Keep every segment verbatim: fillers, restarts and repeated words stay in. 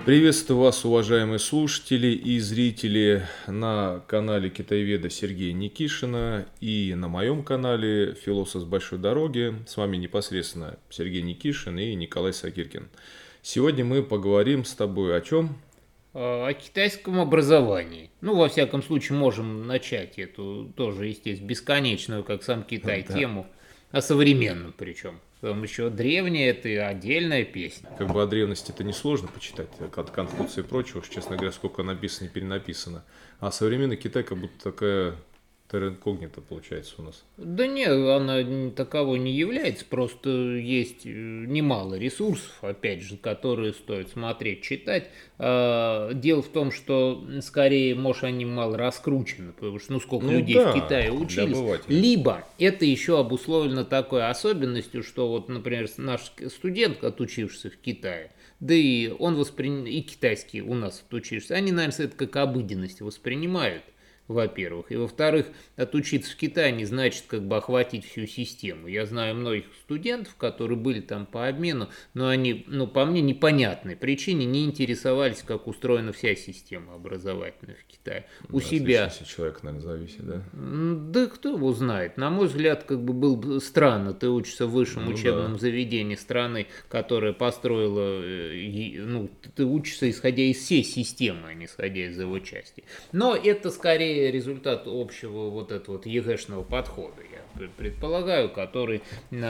Приветствую вас, уважаемые слушатели и зрители, на канале китаеведа Сергея Никишина и на моем канале «Философ с большой дороги». С вами непосредственно Сергей Никишин и Николай Сагиркин. Сегодня мы поговорим с тобой о чем? О китайском образовании. Ну, во всяком случае, можем начать эту тоже, естественно, бесконечную, как сам Китай, Да. тему. О современном причем. Там еще древняя, это отдельная песня. Как бы о древности это несложно почитать, от Конфуция и прочего, уж, честно говоря, сколько написано и перенаписано. А современный Китай как будто такая терра инкогнита получается у нас. Да нет, она таковой не является, просто есть немало ресурсов, опять же, которые стоит смотреть, читать. Дело в том, что скорее, может, они мало раскручены, потому что, ну, сколько Ну людей да, в Китае для учились. обывателя. Либо это еще обусловлено такой особенностью, что вот, например, наш студент, отучившийся в Китае, да и он воспринимает, и китайский у нас отучившийся, они, наверное, это как обыденность воспринимают. Во-первых. И во-вторых, отучиться в Китае не значит как бы охватить всю систему. Я знаю многих студентов, которые были там по обмену, но они, ну, по мне, непонятной причине не интересовались, как устроена вся система образовательная в Китае. У Да, себя... человек, наверное, зависит, да? Да кто его знает. На мой взгляд, как бы было странно. Ты учишься в высшем Ну, учебном да. заведении страны, которая построила... Ну, ты учишься исходя из всей системы, а не исходя из его части. Но это скорее результат общего вот этого вот ЕГЭшного подхода, я предполагаю, который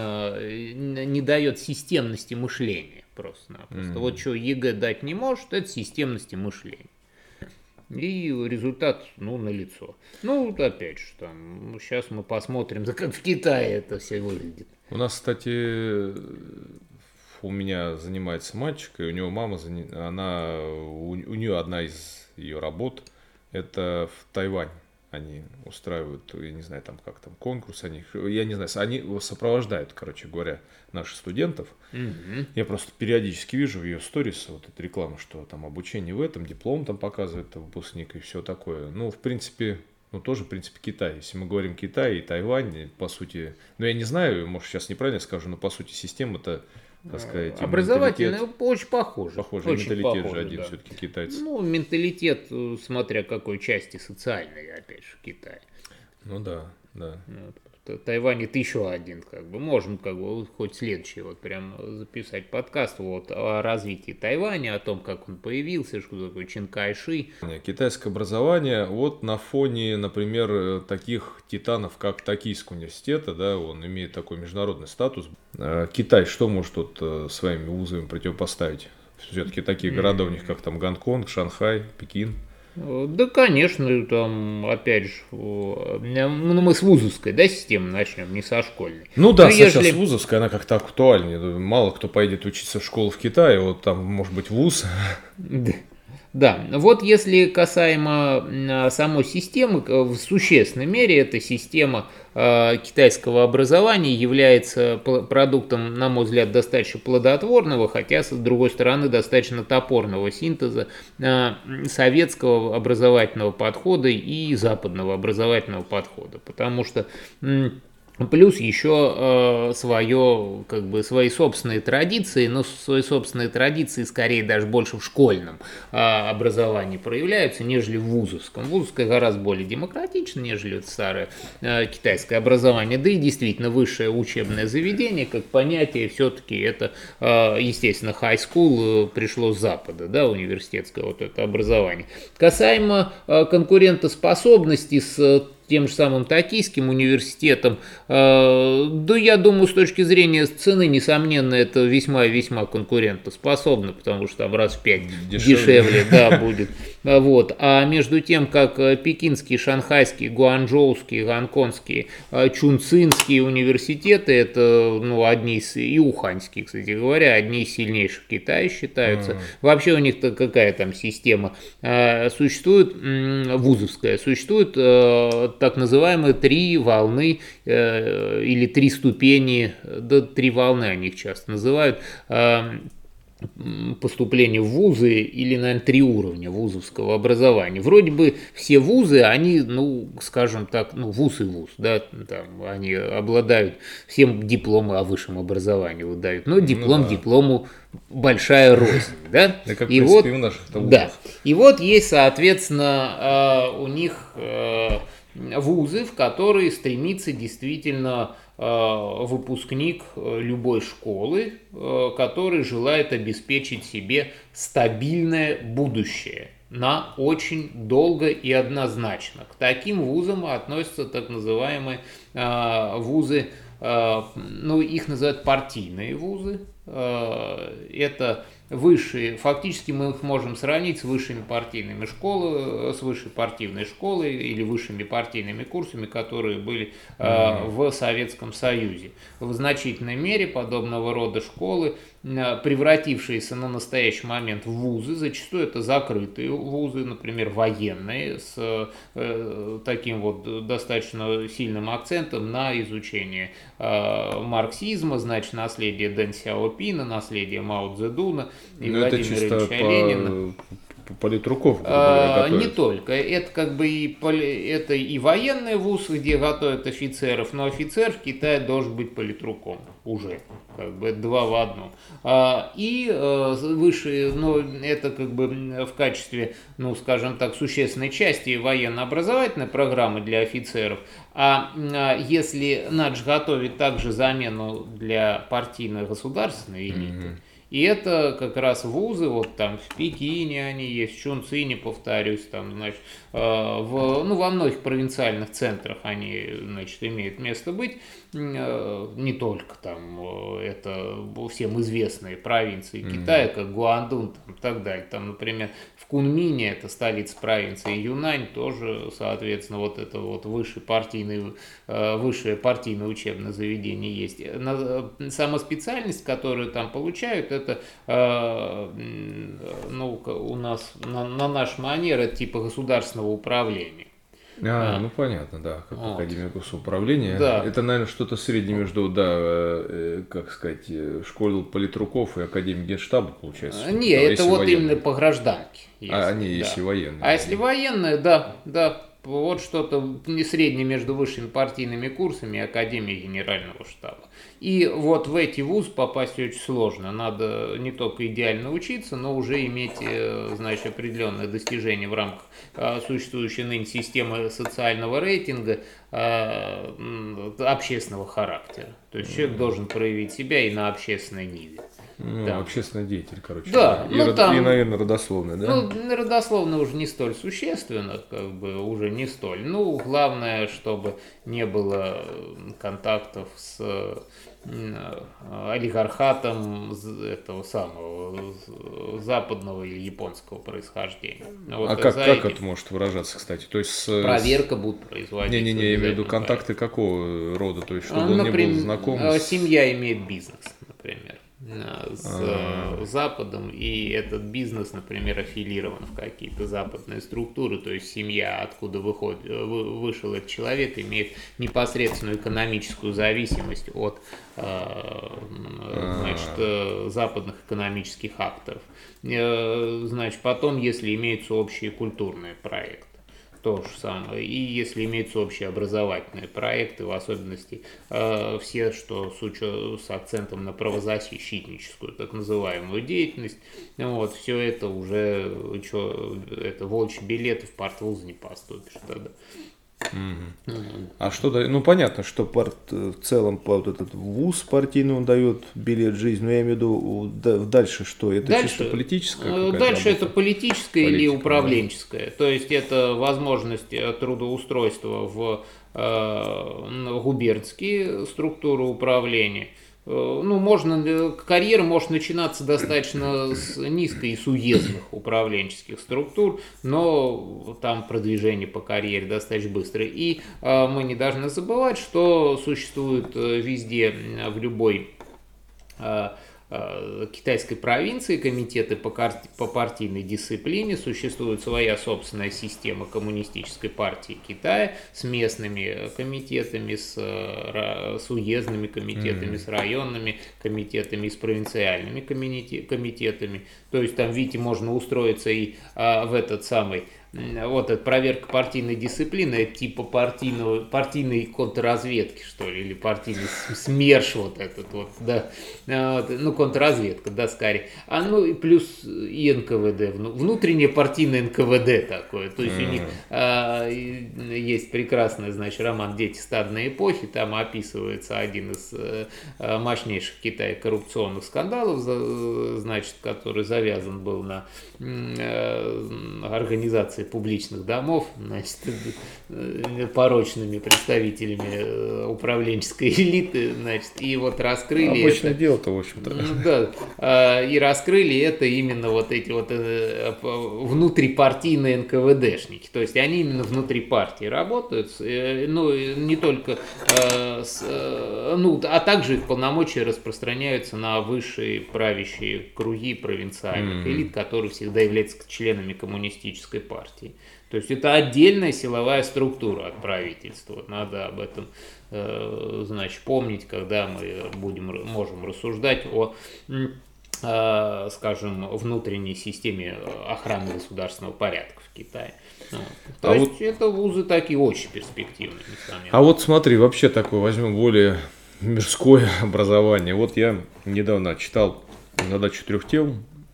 не дает системности мышления просто-напросто. Mm-hmm. Вот что ЕГЭ дать не может, это системности мышления. И результат, ну, налицо. Ну, опять же, там, сейчас мы посмотрим, как в Китае это все выглядит. У нас, кстати, у меня занимается мальчик, и у него мама, она, у, у нее одна из ее работ, это в Тайвань. Они устраивают, я не знаю, там как там, конкурс, они, я не знаю, они сопровождают, короче говоря, наших студентов. Mm-hmm. Я просто периодически вижу в ее сторис вот эту рекламу, что там обучение в этом, диплом там показывает выпускник и все такое. Ну, в принципе, ну, тоже, в принципе, Китай. Если мы говорим Китай и Тайвань, по сути, ну, я не знаю, может, сейчас неправильно скажу, но, по сути, система-то, так сказать, образовательный очень похоже. Похоже, очень менталитет похоже, же один да. все-таки китайцы. Ну, менталитет, смотря какой части социальной, опять же, в Китае. Ну да, да. Вот. Тайвань это еще один, как бы, можем, как бы, хоть следующий, вот, прям записать подкаст, вот, о развитии Тайваня, о том, как он появился, что такое Чен Кайши. Китайское образование, вот на фоне, например, таких титанов, как Токийского университета, да, он имеет такой международный статус. Китай что может тут своими вузами противопоставить? Все-таки такие города у них, как там Гонконг, Шанхай, Пекин. Да, конечно, там, опять же, ну, мы с вузовской, да, системы начнем, не со школьной. Ну да, Но сейчас ежели... вузовская, она как-то актуальнее. Мало кто поедет учиться в школу в Китае, вот там, может быть, вуз. Да, вот если касаемо самой системы, в существенной мере эта система китайского образования является продуктом, на мой взгляд, достаточно плодотворного, хотя, с другой стороны, достаточно топорного синтеза советского образовательного подхода и западного образовательного подхода, потому что... Плюс еще э, свое, как бы, свои собственные традиции, но свои собственные традиции скорее даже больше в школьном э, образовании проявляются, нежели в вузовском. Вузовское гораздо более демократично, нежели это старое э, китайское образование. Да и действительно высшее учебное заведение, как понятие, все-таки это, э, естественно, high school э, пришло с Запада, да, университетское вот это образование. Касаемо э, конкурентоспособности с тем же самым Токийским университетом, э, да, я думаю, с точки зрения цены, несомненно, это весьма и весьма конкурентоспособно, потому что там раз в пять дешевле, дешевле да, будет. Вот. А между тем, как пекинские, шанхайские, гуанчжоуские, гонконгские, чунцинские университеты, это, ну, одни из, и уханьские, кстати говоря, одни из сильнейших в Китае считаются. Mm. Вообще у них-то какая там система? Существует вузовская, существует так называемые три волны э, или три ступени, да, три волны они их часто называют, э, поступления в вузы или, наверное, три уровня вузовского образования. Вроде бы все вузы, они, ну, скажем так, ну, вуз и вуз, да, там, они обладают всем дипломы о высшем образовании выдают, но диплом ну, да. диплому большая рознь, да? Да, как, в и принципе, вот, и в наших вузах. Да, и вот есть, соответственно, у них вузы, в которые стремится действительно выпускник любой школы, который желает обеспечить себе стабильное будущее на очень долго и однозначно. К таким вузам относятся так называемые вузы, ну, их называют партийные вузы. Это высшие, фактически мы их можем сравнить с высшими партийными школами, с высшей партийной школой или высшими партийными курсами, которые были mm-hmm. в Советском Союзе. В значительной мере подобного рода школы, превратившиеся на настоящий момент в вузы, зачастую это закрытые вузы, например, военные, с э, таким вот достаточно сильным акцентом на изучение э, марксизма, значит, наследие Дэн Сяопина, наследие Мао Цзэдуна и Но Владимира Ильича по... Ленина. Политруков, а, не только. Это как бы и, это и военный вуз, где готовят офицеров, но офицер в Китае должен быть политруком уже. Как бы это два в одном. А, и а, выше, ну, это как бы в качестве, ну, скажем так, существенной части военно-образовательной программы для офицеров. А, а если Надж готовит также замену для партийной государственной элиты, mm-hmm. И это как раз вузы, вот там в Пекине они есть, в Чунцине, повторюсь, там, значит, в, ну, во многих провинциальных центрах они, значит, имеют место быть, не только там, это всем известные провинции mm-hmm. Китая, как Гуандун там, и так далее, там, например, в Кунмине, это столица провинции Юнань, тоже, соответственно, вот это вот высшее партийное, высшее партийное учебное заведение есть. Сама специальность, которую там получают, это, ну, у нас на, на наш манер, это типа государственного управления. А, а, ну понятно, да, как вот. Академия госуправления. Да. Это, наверное, что-то среднее между, да, э, как сказать, школой политруков и Академией Генштаба, получается. Не, это вот военные. Именно по гражданке. Если, а, не, да. если военные. А если военные, да, да. Вот что-то не среднее между высшими партийными курсами и Академией Генерального штаба. И вот в эти вузы попасть очень сложно. Надо не только идеально учиться, но уже иметь, значит, определенные достижения в рамках существующей ныне системы социального рейтинга общественного характера. То есть человек должен проявить себя и на общественной ниве. Ну, да. Общественный деятель, короче. Да, и, ну, род, там, и, наверное, родословный, да? Ну, родословно уже не столь существенно, как бы уже не столь. Ну, главное, чтобы не было контактов с олигархатом этого самого западного или японского происхождения. Вот а как, этим... как это может выражаться, кстати? То есть с... Проверка будет производиться. Не-не-не, я имею в виду контакты какого рода? То есть, чтобы ну, он например, не был знаком с... Семья имеет бизнес, например, с А-а-а. Западом, и этот бизнес, например, аффилирован в какие-то западные структуры, то есть семья, откуда выходит, вышел этот человек, имеет непосредственную экономическую зависимость от, значит, западных экономических акторов. Значит, потом, если имеются общие культурные проекты, то же самое. И если имеются общие образовательные проекты, в особенности э, все, что с, учё, с акцентом на правозащитническую, так называемую деятельность, вот, все это уже, чё, это волчий билет, в партвуз не поступишь тогда. Mm-hmm. Mm-hmm. А что дает? Ну понятно, что парт, в целом вот этот вуз партийный он дает билет в жизнь, но я имею в виду дальше что? Это дальше, чисто политическое? Дальше это политическое Политика, или управленческое. Да. То есть это возможность трудоустройства в э, губернские структуры управления. Ну, можно, карьера может начинаться достаточно с низкой и с уездных управленческих структур, но там продвижение по карьере достаточно быстрое. И э, мы не должны забывать, что существует везде, в любой э, китайской провинции, комитеты по, по партийной дисциплине, существует своя собственная система коммунистической партии Китая с местными комитетами, с, с уездными комитетами, mm-hmm. с районными комитетами, с провинциальными комитетами. То есть там, видите, можно устроиться и а, в этот самый вот эта проверка партийной дисциплины, это типа партийного, партийной контрразведки, что ли, или партийный СМЕРШ вот этот вот, да, ну, контрразведка, да, скорее. А ну и плюс и эн ка вэ дэ, внутреннее партийное эн ка вэ дэ такое, то есть mm. у них а, есть прекрасный, значит, роман «Дети стадной эпохи», там описывается один из а, мощнейших в Китае коррупционных скандалов, значит, который завязан был на а, организации публичных домов, значит, порочными представителями управленческой элиты, значит, и вот раскрыли обычное это. дело-то, в общем-то. Да, и раскрыли это именно вот эти вот внутрипартийные эн ка вэ дэшники, то есть они именно внутри партии работают, ну, не только, ну, а также их полномочия распространяются на высшие правящие круги провинциальных mm-hmm. элит, которые всегда являются членами коммунистической партии. То есть это отдельная силовая структура от правительства. Надо об этом, э, значит, помнить, когда мы будем, можем рассуждать о, э, скажем, внутренней системе охраны государственного порядка в Китае. Вот. То а есть вот, это вузы такие очень перспективные, несомненно. А вот смотри, вообще такое возьмем более мирское образование. Вот я недавно читал «Задачу трех тел»,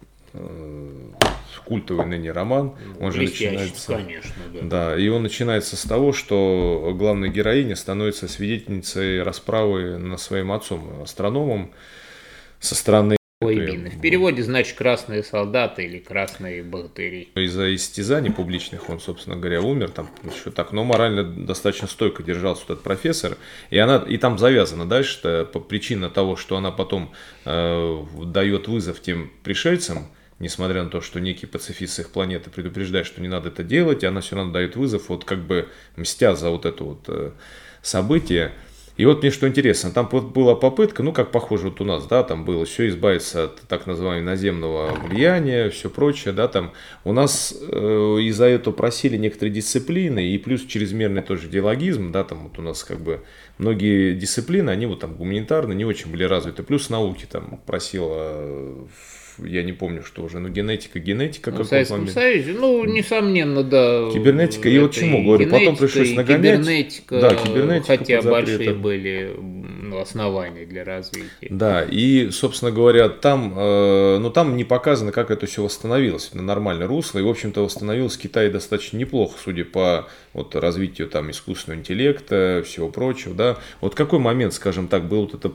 культовый ныне роман, он же начинается, конечно, да. да, и он начинается с того, что главная героиня становится свидетельницей расправы над своим отцом, астрономом, со стороны. В переводе значит «красные солдаты» или «красные богатыри». Из-за истязаний публичных он, собственно говоря, умер, там еще так, но морально достаточно стойко держался этот профессор, и она, и там завязано дальше, по причине того, что она потом э, дает вызов тем пришельцам, несмотря на то, что некий пацифист с их планеты предупреждает, что не надо это делать, и она все равно дает вызов, вот как бы мстя за вот это вот э, событие. И вот мне что интересно, там вот была попытка, ну как похоже вот у нас, да, там было все избавиться от так называемого наземного влияния, все прочее, да, там у нас э, из-за этого просили некоторые дисциплины, и плюс чрезмерный тоже диалогизм, да, там вот у нас как бы многие дисциплины, они вот там гуманитарно не очень были развиты, плюс науки там просила... Я не помню, что уже, но генетика, генетика ну, в Советском Союзе, ну, несомненно, да. Кибернетика, и вот чему говорю, потом пришлось нагонять. Кибернетика, да, кибернетика хотя большие были основания для развития. Да, и, собственно говоря, там, э, ну, там не показано, как это все восстановилось на нормальное русло, и, в общем-то, восстановилось в Китае достаточно неплохо, судя по вот, развитию там искусственного интеллекта, всего прочего, да. Вот какой момент, скажем так, был вот это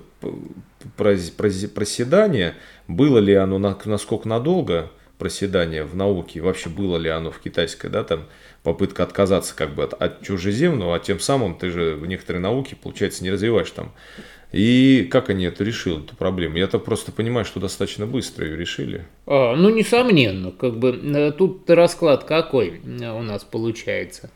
проседание, было ли оно насколько надолго, проседание в науке, вообще было ли оно в китайской, да, там попытка отказаться как бы от, от чужеземного, а тем самым ты же в некоторые науки, получается, не развиваешь там. И как они это решили, эту проблему? Я-то просто понимаю, что достаточно быстро ее решили. А, ну, несомненно, как бы тут расклад какой у нас получается.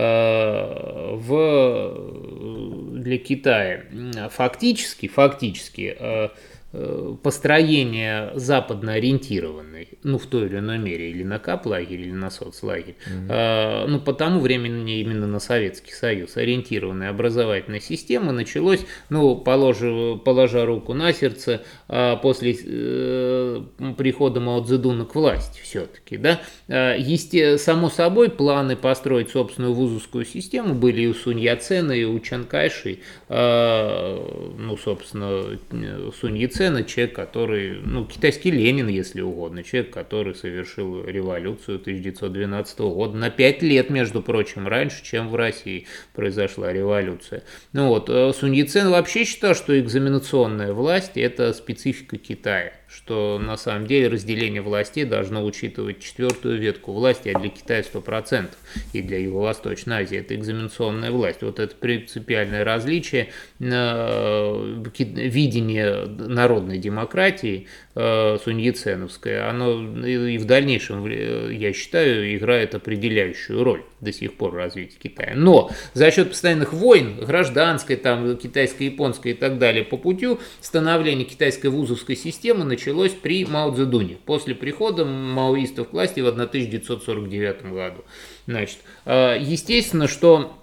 В, для Китая фактически, фактически построение западно ориентированной, ну, в той или иной мере, или на каплагерь, или на соцлагерь, mm-hmm. ну, по тому времени именно на Советский Союз, ориентированная образовательная система началось, ну, положа, положа руку на сердце, после э, прихода Мао Цзэдуна к власти все-таки, да. Есте, само собой, планы построить собственную вузовскую систему были и у Сунь Яцена, и у Чан Кайши, ну, собственно, Сунь Яцен, человек, который, ну, китайский Ленин, если угодно, человек, который совершил революцию тысяча девятьсот двенадцатого года, на пять лет, между прочим, раньше, чем в России произошла революция. Ну вот, Сунь Яцен вообще считал, что экзаменационная власть – это специфика Китая, что на самом деле разделение властей должно учитывать четвертую ветку власти, а для Китая сто процентов, и для Юго-Восточной Азии это экзаменационная власть. Вот это принципиальное различие э, видения народной демократии э, суньяценовское, оно и в дальнейшем, я считаю, играет определяющую роль до сих пор в развитии Китая. Но за счет постоянных войн, гражданской, там, китайско-японской и так далее, по путю становления китайской вузовской системы началось при Мао Цзэдуне, после прихода маоистов к власти в тысяча девятьсот сорок девятом году. Значит, естественно, что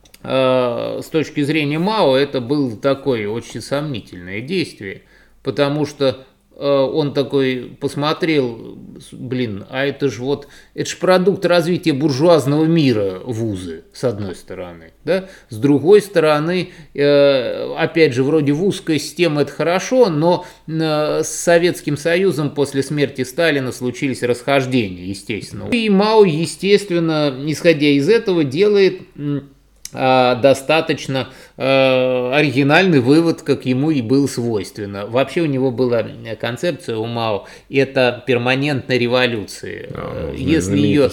с точки зрения Мао это было такое очень сомнительное действие, потому что он такой посмотрел, блин, а это же вот, это же продукт развития буржуазного мира вузы, с одной стороны, да, с другой стороны, опять же, вроде вузская система это хорошо, но с Советским Союзом после смерти Сталина случились расхождения, естественно. И Мао, естественно, исходя из этого, делает достаточно э, оригинальный вывод, как ему и было свойственно. Вообще у него была концепция у Мао, это перманентной революции. А, Если ее,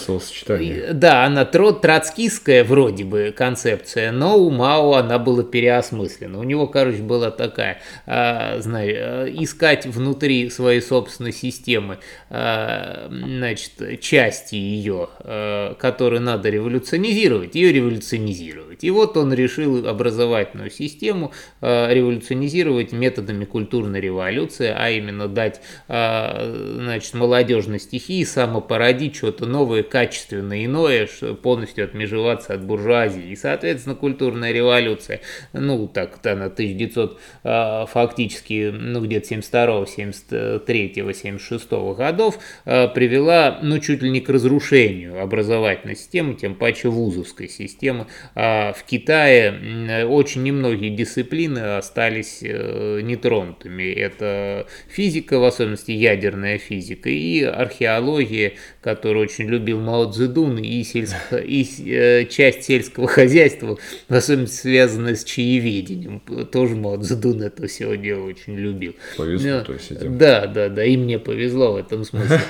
да, она троцкистская вроде бы концепция, но у Мао она была переосмыслена. У него, короче, была такая, э, знаешь, искать внутри своей собственной системы, э, значит, части ее, э, которые надо революционизировать, ее революционизировать. И вот он решил образовательную систему э, революционизировать методами культурной революции, а именно дать э, значит, молодежной стихии самопородить что-то новое, качественное, иное, что полностью отмежеваться от буржуазии. И, соответственно, культурная революция, ну, так, она тысяча девятьсот э, фактически, ну, где-то семьдесят второго, семьдесят третьего, семьдесят шестого годов э, привела, ну, чуть ли не к разрушению образовательной системы, тем паче вузовской системы. Э, В Китае очень немногие дисциплины остались нетронутыми. Это физика, в особенности ядерная физика, и археология, которую очень любил Мао Цзэдун, и, сельско... и часть сельского хозяйства, в особенности связанная с чаеведением. Тоже Мао Цзэдун это сегодня очень любил. Повезло, Но... то есть этим. Да, да, да, и мне повезло в этом смысле.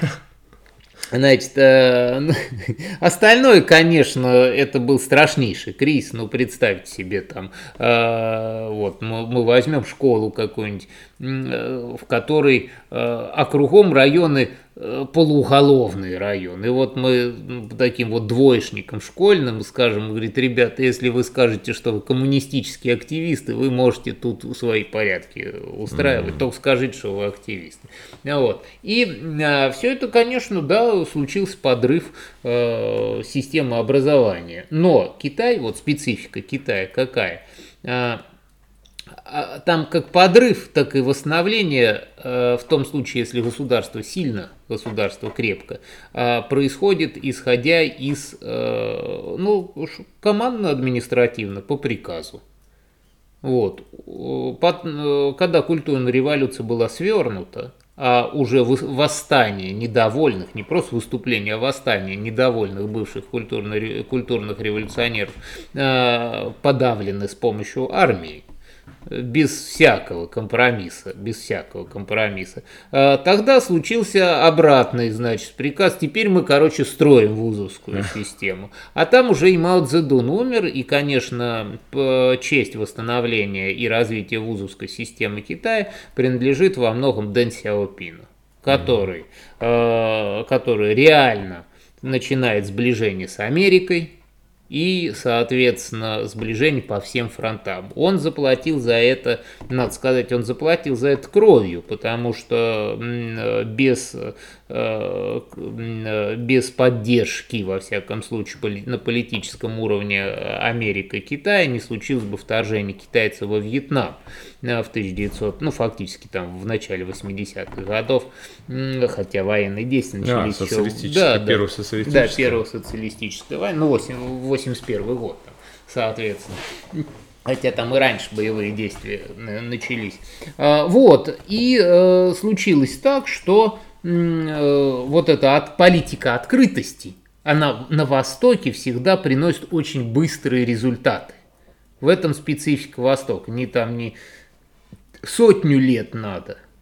Значит, э, остальное, конечно, это был страшнейший кризис. Ну, представьте себе, там, э, вот, мы, мы возьмем школу какую-нибудь, э, в которой э, округом районы, э, полууголовные районы. И вот мы таким вот двоечникам школьным скажем, говорит, ребята, если вы скажете, что вы коммунистические активисты, вы можете тут свои порядки устраивать, mm-hmm. только скажите, что вы активисты. Вот. И э, все это, конечно, да, случился подрыв э, системы образования. Но Китай, вот специфика Китая какая? Э, там как подрыв, так и восстановление, э, в том случае, если государство сильно, государство крепко, э, происходит исходя из, э, ну, командно-административно, по приказу. Вот. Под, когда культурная революция была свернута, а уже восстание недовольных, не просто выступление, а восстание недовольных бывших культурно, культурных революционеров подавлены с помощью армии, без всякого компромисса, без всякого компромисса. Тогда случился обратный, значит, приказ, теперь мы, короче, строим вузовскую систему. А там уже и Мао Цзэдун умер, и, конечно, честь восстановления и развития вузовской системы Китая принадлежит во многом Дэн Сяопину, который, который реально начинает сближение с Америкой, и, соответственно, сближение по всем фронтам. Он заплатил за это, надо сказать, он заплатил за это кровью, потому что без, без поддержки, во всяком случае, на политическом уровне Америка и Китая не случилось бы вторжение китайцев во Вьетнам в тысяча девятисотом, ну, фактически там в начале восьмидесятых годов, хотя военные действия начались а, еще... Да, первая да, социалистическая. Да, первая социалистическая война, ну, восемьдесят первый год, там, соответственно. Хотя там и раньше боевые действия начались. Вот, и э, случилось так, что э, вот эта от, политика открытости, она на Востоке всегда приносит очень быстрые результаты. В этом специфика Востока. Не там не сотню лет надо,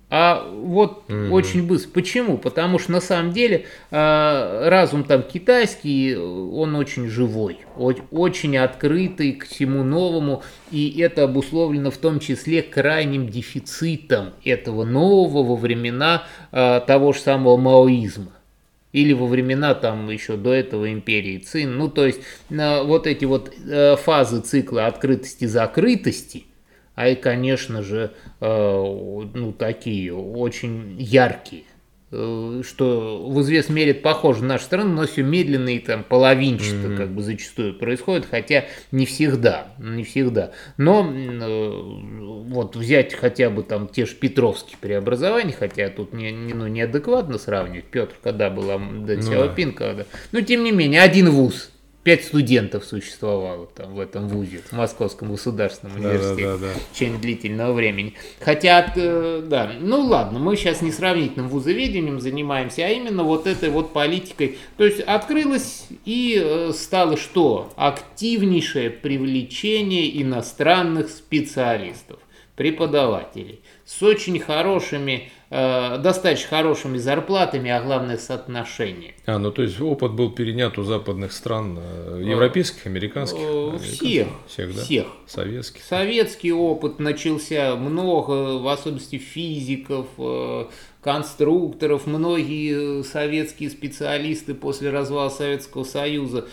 А вот mm-hmm. очень быстро. Почему? Потому что на самом деле э, разум там китайский, он очень живой, очень открытый к всему новому, и это обусловлено в том числе крайним дефицитом этого нового во времена э, того же самого маоизма. Или во времена там еще до этого империи Цин. Ну, то есть э, вот эти вот э, фазы цикла открытости-закрытости, а и, конечно же, э, ну, такие очень яркие, э, что в известной мере похоже на нашу страну, но все медленно и там половинчато mm-hmm. как бы зачастую происходит, хотя не всегда, не всегда. Но э, вот взять хотя бы там те же Петровские преобразования, хотя тут не, не, ну, неадекватно сравнивать, Петр когда был, а Дэн Сяопин когда, но тем не менее, один вуз. Пять студентов существовало там в этом вузе, в Московском государственном университете, да, да, да, да. в течение длительного времени. Хотя, э, да, ну ладно, мы сейчас не сравнительным вузоведением занимаемся, а именно вот этой вот политикой. То есть открылось и э, стало что? Активнейшее привлечение иностранных специалистов, преподавателей с очень хорошими, э, достаточно хорошими зарплатами, а главное соотношением. А, ну то есть опыт был перенят у западных стран, европейских, американских? Всех, всех, да? всех. Советских. Советский опыт начался много, в особенности физиков, конструкторов, многие советские специалисты после развала Советского Союза,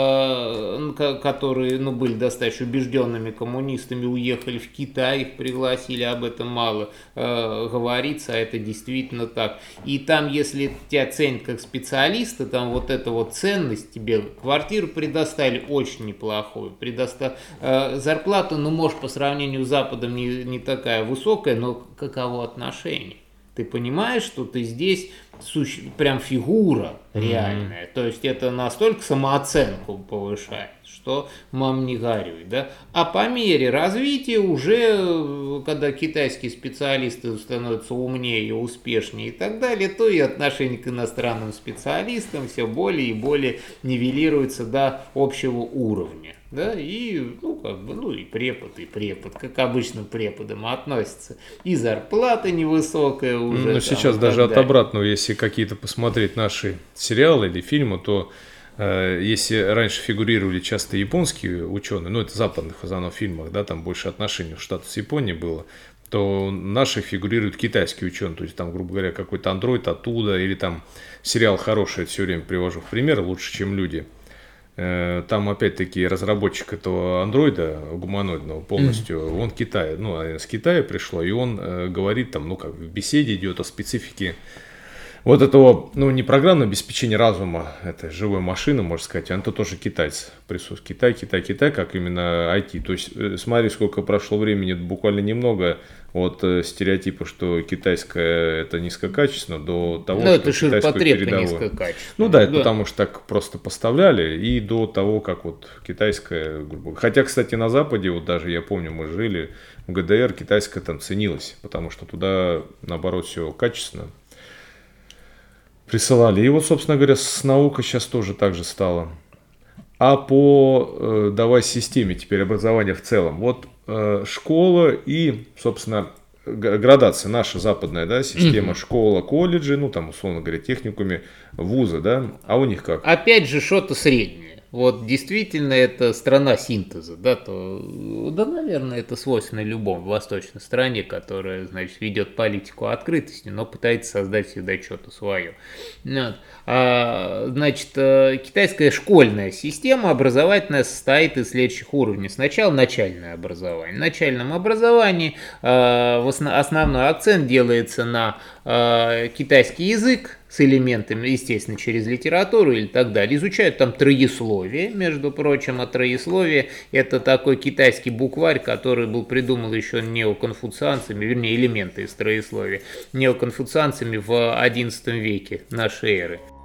которые ну, были достаточно убежденными коммунистами, уехали в Китай, их пригласили, об этом мало говорится, а это действительно так. И там, если тебя ценят как специалиста, там вот эта вот ценность, тебе квартиру предоставили очень неплохую, предоста... зарплата, ну, может, по сравнению с Западом не, не такая высокая, но каково отношение? Ты понимаешь, что ты здесь суще... прям фигура реальная. Mm-hmm. То есть это настолько самооценку повышает, что мам не горюй, да. А по мере развития уже, когда китайские специалисты становятся умнее, успешнее и так далее, то и отношение к иностранным специалистам все более и более нивелируется до общего уровня. Да, и, ну, как бы, ну, и препод, и препод, как обычно к преподам относятся. И зарплата невысокая уже. Ну, сейчас даже от обратного, если какие-то посмотреть наши сериалы или фильмы, то э, если раньше фигурировали часто японские ученые, ну, это западных в основном фильмах, да, там больше отношений в Штатах с Японией было, то наши фигурируют китайские ученые, то есть там, грубо говоря, какой-то андроид оттуда, или там сериал хороший, я все время привожу в пример, «Лучше, чем люди». Там, опять-таки, разработчик этого андроида гуманоидного полностью, mm-hmm. он Китай, ну, с Китая пришло, и он э, говорит там, ну, как в беседе идет о специфике вот этого, ну, не программного обеспечения разума, это живой машины, можно сказать, а это тоже китайцы присутствует. Китай, Китай, Китай, как именно ай ти. То есть, смотри, сколько прошло времени, буквально немного от стереотипа, что китайское это низкокачественно, до того, ну, что это китайское передовое. Ну да, это да. Потому что так просто поставляли, и до того, как вот китайское, грубо говоря. Хотя, кстати, на Западе, вот даже я помню, мы жили в гэ дэ эр, китайское там ценилось, потому что туда, наоборот, все качественно присылали. И вот, собственно говоря, с наукой сейчас тоже так же стало. А по, э, давай, системе теперь образования в целом. Вот э, школа и, собственно, градация, наша западная, да, система, mm-hmm. школа, колледжи, ну, там, условно говоря, техникуме, вузы, да, а у них как? Опять же, что-то среднее. Вот действительно это страна синтеза, да, то, да, наверное, это свойственно любому восточной стране, которая, значит, ведет политику открытости, но пытается создать всегда что-то свое. Вот. А, значит, китайская школьная система образовательная состоит из следующих уровней. Сначала начальное образование. В начальном образовании а, в основ, основной акцент делается на а, китайский язык, с элементами, естественно, через литературу или так далее. Изучают там троесловие, между прочим, а троесловие – это такой китайский букварь, который был придуман еще неоконфуцианцами, вернее, элементы из троесловия, неоконфуцианцами в одиннадцатом веке нашей эры.